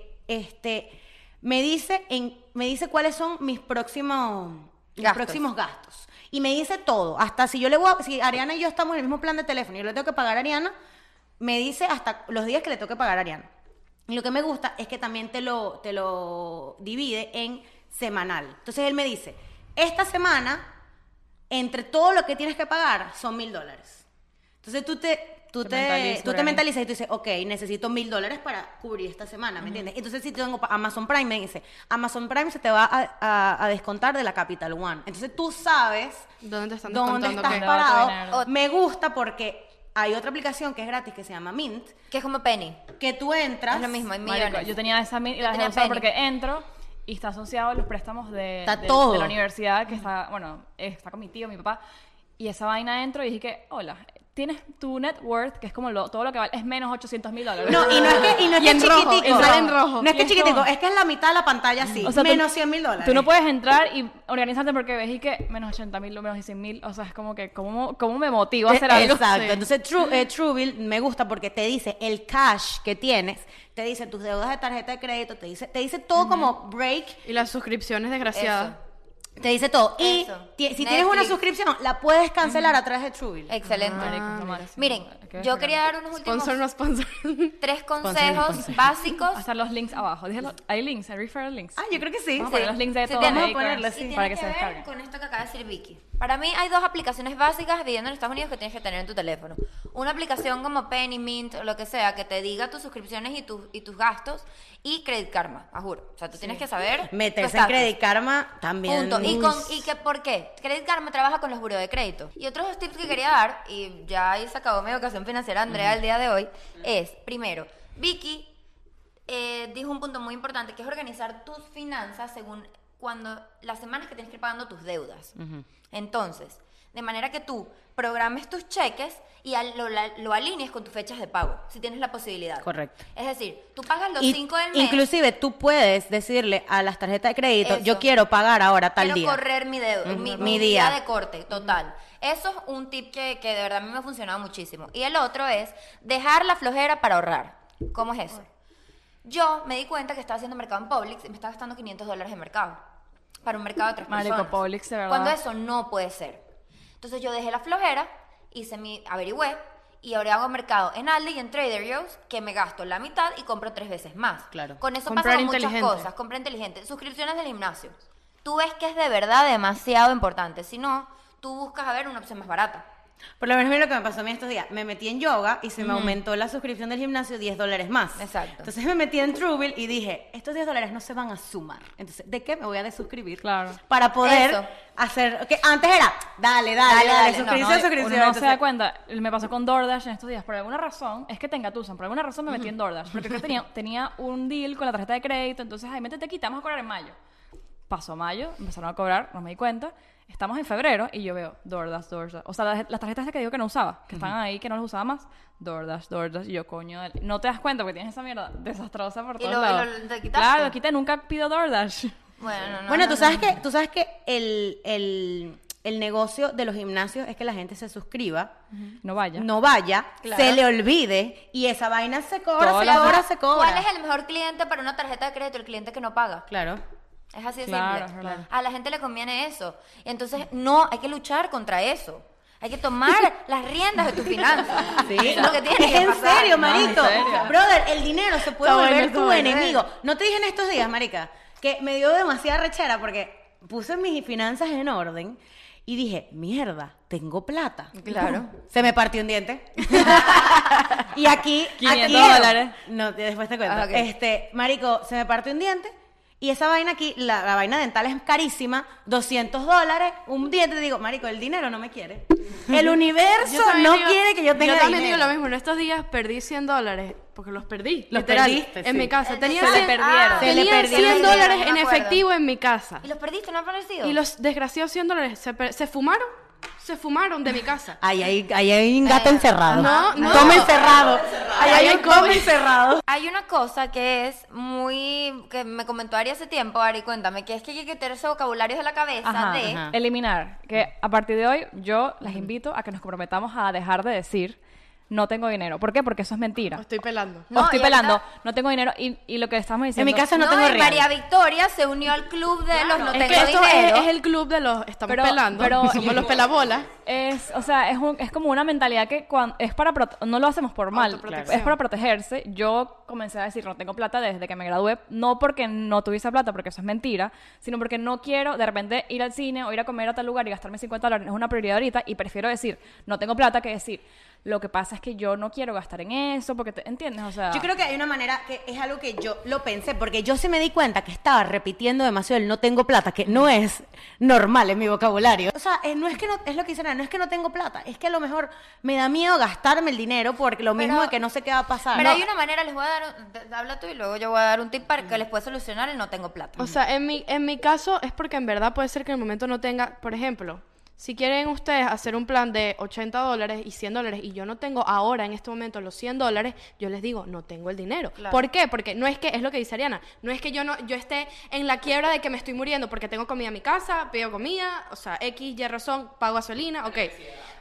me dice cuáles son mis próximos gastos. Y me dice todo, hasta si si Ariana y yo estamos en el mismo plan de teléfono y yo le tengo que pagar a Ariana, me dice hasta los días que le tengo que pagar a Ariana. Y lo que me gusta es que también te lo divide en semanal. Entonces él me dice, esta semana, entre todo lo que tienes que pagar, son $1,000. Entonces tú te mentalizas y tú dices, ok, necesito $1,000 para cubrir esta semana, ¿me entiendes? Entonces si tengo Amazon Prime, me dice, Amazon Prime se te va a descontar de la Capital One. Entonces tú sabes ¿Dónde te están dónde descontando? estás ¿Qué? parado. O- Me gusta porque hay otra aplicación que es gratis que se llama Mint, Que es como Penny. que tú entras. Es lo mismo, hay Marico, millones. yo tenía esa y Yo la tenía dejé de usar Penny. porque entro y está asociado a los préstamos Está de todo. la universidad que está, bueno, está con mi tío, mi papá. Y esa vaina entro y dije que, hola, tienes tu net worth, que es como todo lo que vale, es menos $800,000. No, y no es que Y es en rojo, chiquitico. y sale en rojo. No es que Y es es chiquitico, como- es que es la mitad de la pantalla así. O sea, menos $100,000. Tú no puedes entrar y organizarte porque ves y que menos 80,000 o menos 100,000. O sea, es como que, ¿cómo me motiva a hacer algo? Exacto. Sí. Entonces, Truebill me gusta porque te dice el cash que tienes, te dice tus deudas de tarjeta de crédito, te dice todo como break. Y las suscripciones desgraciadas. Eso. Te dice todo. Y Eso. si tienes una Netflix. suscripción, la puedes cancelar a través de Truebill. Excelente. Marico, está mal. Miren, Hay que yo descargar. quería dar unos últimos Sponsor, no sponsor. 3 consejos básicos. Hasta los links abajo. Hay links, hay referral links. Ah, yo creo que sí. Vamos a poner los links de Sí, todo. vamos a Anchor, ponerle, Y sí. tiene para que, que se ver descarguen. con esto que acaba de decir Vicky. Para mí hay 2 aplicaciones básicas viviendo en Estados Unidos que tienes que tener en tu teléfono. Una aplicación como Penny, Mint o lo que sea, que te diga tus suscripciones y tus gastos, y Credit Karma, a juro. O sea, tú tienes que saber tu Meterse en estatus. Credit Karma también. Punto. Uy. ¿Y que por qué? Credit Karma trabaja con los buros de crédito. Y otros 2 tips que quería dar, y ya ahí se acabó mi educación financiera, Andrea, el día de hoy, es, primero, Vicky dijo un punto muy importante, que es organizar tus finanzas según las semanas que tienes que ir pagando tus deudas. Entonces, de manera que tú programes tus cheques y lo alinees con tus fechas de pago, si tienes la posibilidad. Correcto. Es decir, tú pagas los Y 5 del mes. inclusive tú puedes decirle a las tarjetas de crédito, Eso. yo quiero pagar ahora tal Quiero día. correr mi dedo, mi día. día de corte, total. Eso es un tip que de verdad a mí me ha funcionado muchísimo. Y el otro es dejar la flojera para ahorrar. ¿Cómo es eso? Yo me di cuenta que estaba haciendo mercado en Publix y me estaba gastando $500 en mercado. Para un mercado de 3 Marico, personas. Publix, de verdad. Cuando eso no puede ser. Entonces yo dejé la flojera, averigüé, y ahora hago mercado en Aldi y en Trader Joe's, que me gasto la mitad y compro 3 veces más. Claro. Con eso Comprar pasa con muchas inteligente. cosas. Compra inteligente. Suscripciones del gimnasio. Tú ves que es de verdad demasiado importante. Si no, tú buscas a ver una opción más barata. Por lo menos mira lo que me pasó a mí estos días. Me metí en yoga y se me aumentó la suscripción del gimnasio $10 más. Exacto. Entonces me metí en Truebill y dije, estos $10 no se van a sumar. Entonces, ¿de qué me voy a desuscribir? Claro. Para poder Eso. hacer... Que antes era, dale, Dale, suscripción, no, suscripción. Uno no se Entonces, da cuenta, me pasó con DoorDash en estos días, por alguna razón, es que te engatusan, por alguna razón me metí en DoorDash, porque creo que tenía un deal con la tarjeta de crédito, entonces, ay, métete aquí, te vamos a cobrar en mayo. Pasó mayo, empezaron a cobrar, no me di cuenta, estamos en febrero y yo veo DoorDash. O sea, las tarjetas que digo que no usaba, que estaban ahí, que no las usaba más, DoorDash, y yo, coño, no te das cuenta porque tienes esa mierda desastrosa por Y todos lo- lados. te quitaste. Claro, lo quité, nunca pido DoorDash. Bueno, no, bueno, no, tú no. sabes que el negocio de los gimnasios es que la gente se suscriba, No vaya. no vaya, Claro. se le olvide y esa vaina se cobra, Todas se las cobra, veces. se cobra. ¿Cuál es el mejor cliente para una tarjeta de crédito? El cliente que no paga. Claro. Es así de Claro, simple. claro. A la gente le conviene eso. Y entonces, no, hay que luchar contra eso. Hay que tomar las riendas de tus finanzas. Sí, Es lo que tiene es que en pasar. serio, No, en marico. serio. Brother, el dinero se puede Está bueno, volver está tu bueno. enemigo. No te dije en estos días, marica, que me dio demasiada rechera porque puse mis finanzas en orden y dije, mierda, tengo plata. Claro. Se me partió un diente. Y aquí... $500. No, después te cuento. Ah, ok. Marico, se me partió un diente. Y esa vaina aquí, la vaina dental es carísima, $200, un diente. Te digo, marico, el dinero no me quiere. El universo Yo también no digo- quiere que yo tenga Yo también dinero. digo lo mismo. En estos días perdí $100 porque los perdí. Los literal, perdiste, en sí. mi casa. Tenía Se le 100 perdieron. Se le tenía perdieron. $100 No me en acuerdo. efectivo en mi casa. ¿Y los perdiste? ¿No han aparecido? Y los desgraciados $100 se fumaron. Se fumaron de mi casa. Ahí hay un gato encerrado. no, no. Come encerrado. Ahí Ahí hay hay un come come. encerrado. Hay una cosa que es que me comentó Ari hace tiempo, Ari, cuéntame, que es que hay que quitar ese vocabulario de la cabeza Ajá, de... ajá. Eliminar. Que a partir de hoy yo las invito a que nos comprometamos a dejar de decir no tengo dinero. ¿Por qué? Porque eso es mentira. Lo estoy pelando. No, O estoy y ahorita- pelando, no tengo dinero. Y lo que estamos En diciendo... mi casa no tengo y real. María Victoria se unió al club de los no Es tengo que esto dinero. es el club de los estamos Pero- pelando. pero- Somos los pelabolas. O sea, es como una mentalidad que es para no lo hacemos por mal, Autoprotección. es para protegerse. Yo comencé a decir no tengo plata desde que me gradué, no porque no tuviese plata, porque eso es mentira, sino porque no quiero de repente ir al cine o ir a comer a tal lugar y gastarme $50, es una prioridad ahorita y prefiero decir no tengo plata que decir lo que pasa es que yo no quiero gastar en eso, porque ¿entiendes? O sea, Yo creo que hay una manera que es algo que yo lo pensé, porque yo sí me di cuenta que estaba repitiendo demasiado el no tengo plata, que no es normal en mi vocabulario. O sea, no es que no, es lo que dicen, no es que no tengo plata, es que a lo mejor me da miedo gastarme el dinero porque lo mismo Pero- de que no sé qué va a pasar. Pero No. hay una manera, les voy a dar, habla tú y luego yo voy a dar un tip para que les pueda solucionar el no tengo plata. O sea, en mi caso es porque en verdad puede ser que en el momento no tenga, por ejemplo, si quieren ustedes hacer un plan de $80 y $100 y yo no tengo ahora en este momento los $100, yo les digo, no tengo el dinero. Claro. ¿Por qué? Porque no es que, es lo que dice Ariana, no es que yo esté en la quiebra de que me estoy muriendo porque tengo comida en mi casa, pido comida, o sea, X, Y razón, pago gasolina, ok.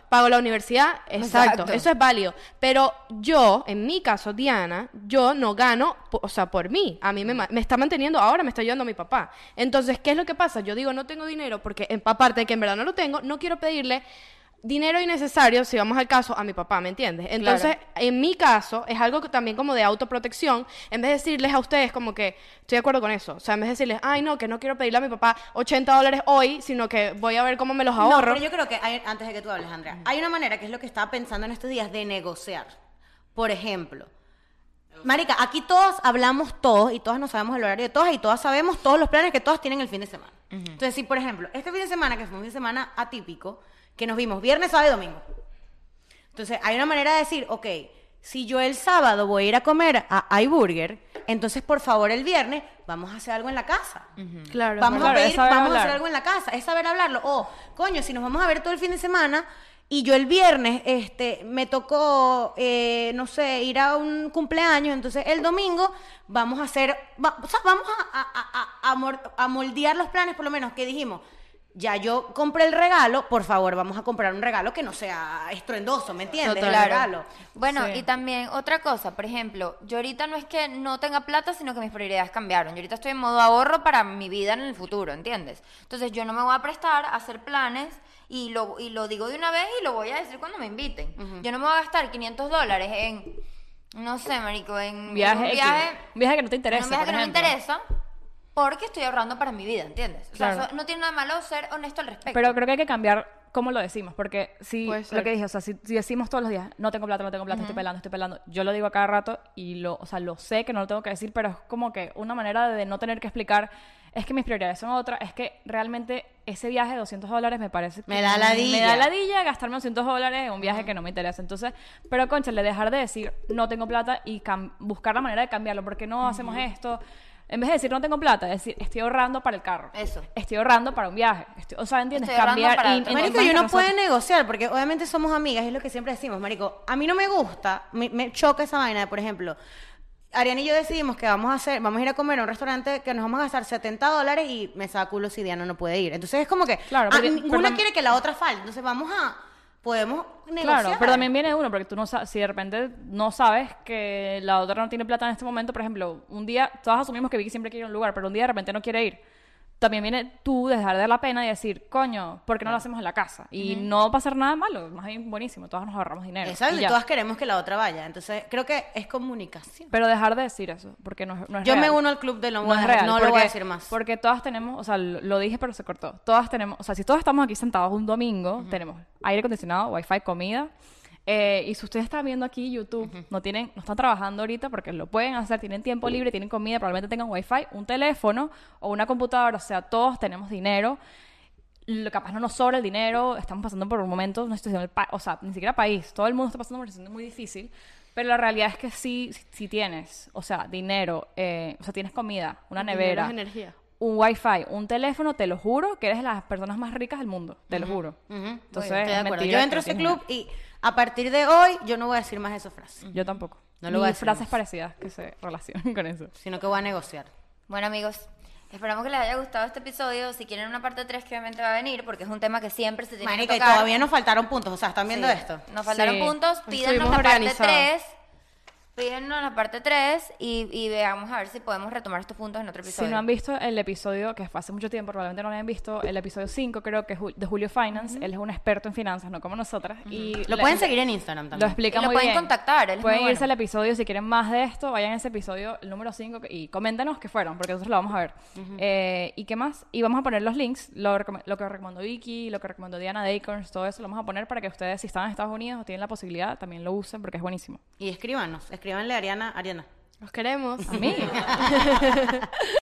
pago la universidad, exacto, Exacto. eso es válido. Pero yo, en mi caso, Diana, yo no gano, o sea, por mí. A mí me está manteniendo, ahora me está ayudando mi papá. Entonces, ¿qué es lo que pasa? Yo digo, no tengo dinero porque, aparte de que en verdad no lo tengo, no quiero pedirle dinero innecesario, si vamos al caso, a mi papá, ¿me entiendes? Entonces, en mi caso, es algo que también como de autoprotección, en vez de decirles a ustedes como que, estoy de acuerdo con eso, o sea, en vez de decirles, ay, no, que no quiero pedirle a mi papá $80 hoy, sino que voy a ver cómo me los No, ahorro. pero yo creo que antes de que tú hables, Andrea, hay una manera que es lo que estaba pensando en estos días de negociar. Por ejemplo, marica, aquí todos hablamos todos y todas nos sabemos el horario de todas y todas sabemos todos los planes que todas tienen el fin de semana. Entonces, si por ejemplo, este fin de semana, que fue un fin de semana atípico, que nos vimos viernes, sábado y domingo. Entonces, hay una manera de decir, ok, si yo el sábado voy a ir a comer a iBurger, entonces por favor el viernes vamos a hacer algo en la casa. Claro, Vamos Claro, a es pedir, saber vamos a hablar. hacer algo en la casa, es saber hablarlo. O, coño, si nos vamos a ver todo el fin de semana y yo el viernes me tocó, no sé, ir a un cumpleaños, entonces el domingo vamos a hacer, o sea, vamos a moldear los planes, por lo menos, que dijimos. Ya yo compré el regalo, por favor, vamos a comprar un regalo que no sea estruendoso, ¿me entiendes? Total. El regalo. Bueno, Sí. y también otra cosa, por ejemplo, yo ahorita no es que no tenga plata, sino que mis prioridades cambiaron. Yo ahorita estoy en modo ahorro para mi vida en el futuro, ¿entiendes? Entonces yo no me voy a prestar a hacer planes y lo digo de una vez y lo voy a decir cuando me inviten. Yo no me voy a gastar $500 en, no sé, marico, en Un viaje, un viaje que no te interesa, en un viaje por que no me ejemplo. interesa porque estoy ahorrando para mi vida, ¿entiendes? O sea, Claro. eso no tiene nada malo ser honesto al respecto. Pero creo que hay que cambiar cómo lo decimos, porque si Puede lo ser. que dije, o sea, si decimos todos los días, no tengo plata, estoy pelando, yo lo digo a cada rato y o sea, lo sé que no lo tengo que decir, pero es como que una manera de no tener que explicar, es que mis prioridades son otras, es que realmente ese viaje de $200 me parece que Me da ladilla. me da ladilla gastarme $200 en un viaje que no me interesa. Entonces, pero conchale, dejar de decir no tengo plata y buscar la manera de cambiarlo, porque no hacemos esto. En vez de decir no tengo plata, decir estoy ahorrando para el carro. Eso. Estoy ahorrando para un viaje. O sea, ¿entiendes? Estoy ahorrando Cambiar para y otro. Marico, más y que uno nosotros. puede negociar, porque obviamente somos amigas, es lo que siempre decimos, marico. A mí no me gusta, me choca esa vaina de, por ejemplo, Ariana y yo decidimos que vamos a ir a comer a un restaurante que nos vamos a gastar $70 y me saca culo si Diana no puede ir. Entonces es como que Claro, pero- ninguna pero- quiere que la otra falte. Entonces podemos negociar. Claro, pero también viene uno, porque tú no sabes, si de repente no sabes que la otra no tiene plata en este momento, por ejemplo, un día, todos asumimos que Vicky siempre quiere ir a un lugar, pero un día de repente no quiere ir. También viene tú dejar de dar la pena y decir, coño, ¿por qué no lo hacemos en la casa? Y no va a pasar nada malo, más bien buenísimo, todas nos ahorramos dinero. Exacto, y y ya. todas queremos que la otra vaya. Entonces creo que es comunicación. Pero dejar de decir eso, porque no es Yo me real. uno al club de lo No es real, no lo voy a decir más. Porque todas tenemos, o sea, lo dije pero se cortó. Todas tenemos, o sea, si todos estamos aquí sentados un domingo, tenemos aire acondicionado, wifi, comida. Y si ustedes están viendo aquí YouTube, no están trabajando ahorita porque lo pueden hacer, tienen tiempo libre, tienen comida, probablemente tengan wifi, un teléfono o una computadora, o sea, todos tenemos dinero. Capaz no nos sobra el dinero, estamos pasando por un momento, una situación, o sea, ni siquiera país, todo el mundo está pasando por una situación muy difícil, pero la realidad es que sí tienes, o sea, dinero, o sea, tienes comida, una Dinero nevera, es energía. un wifi, un teléfono, te lo juro que eres de las personas más ricas del mundo, te lo juro. Entonces, Estoy de es acuerdo. mentira Yo entro a que ese tienes club y a partir de hoy yo no voy a decir más esas frases, nada. Yo tampoco. No lo voy a Ni decir frases más. parecidas que se relacionen con eso. sino que voy a negociar. Bueno, amigos, esperamos que les haya gustado este episodio. Si quieren una parte 3, que obviamente va a venir, porque es un tema que siempre se tiene Marica, que y tocar. todavía nos faltaron puntos, o sea, ¿están viendo Sí, esto? Nos faltaron Sí. puntos. Pídanos Estuvimos la parte organizados. 3. Pídanos la parte 3 y veamos a ver si podemos retomar estos puntos en otro episodio. Si no han visto el episodio, que fue hace mucho tiempo, probablemente no lo hayan visto, el episodio 5 creo que es de Julio Finance, él es un experto en finanzas, no como nosotras. Y Lo pueden seguir en Instagram Lo también. explica Y lo muy pueden bien. contactar, él es Pueden muy irse bueno. al episodio, si quieren más de esto, vayan a ese episodio, el número 5, y coméntanos qué fueron, porque nosotros lo vamos a ver. ¿Y qué más? Y vamos a poner los links, lo que recomendó Vicky, lo que recomendó Diana de Acorns, todo eso lo vamos a poner para que ustedes, si están en Estados Unidos o tienen la posibilidad, también lo usen, porque es buenísimo. Y escríbanle a Ariana. Los queremos. A mí.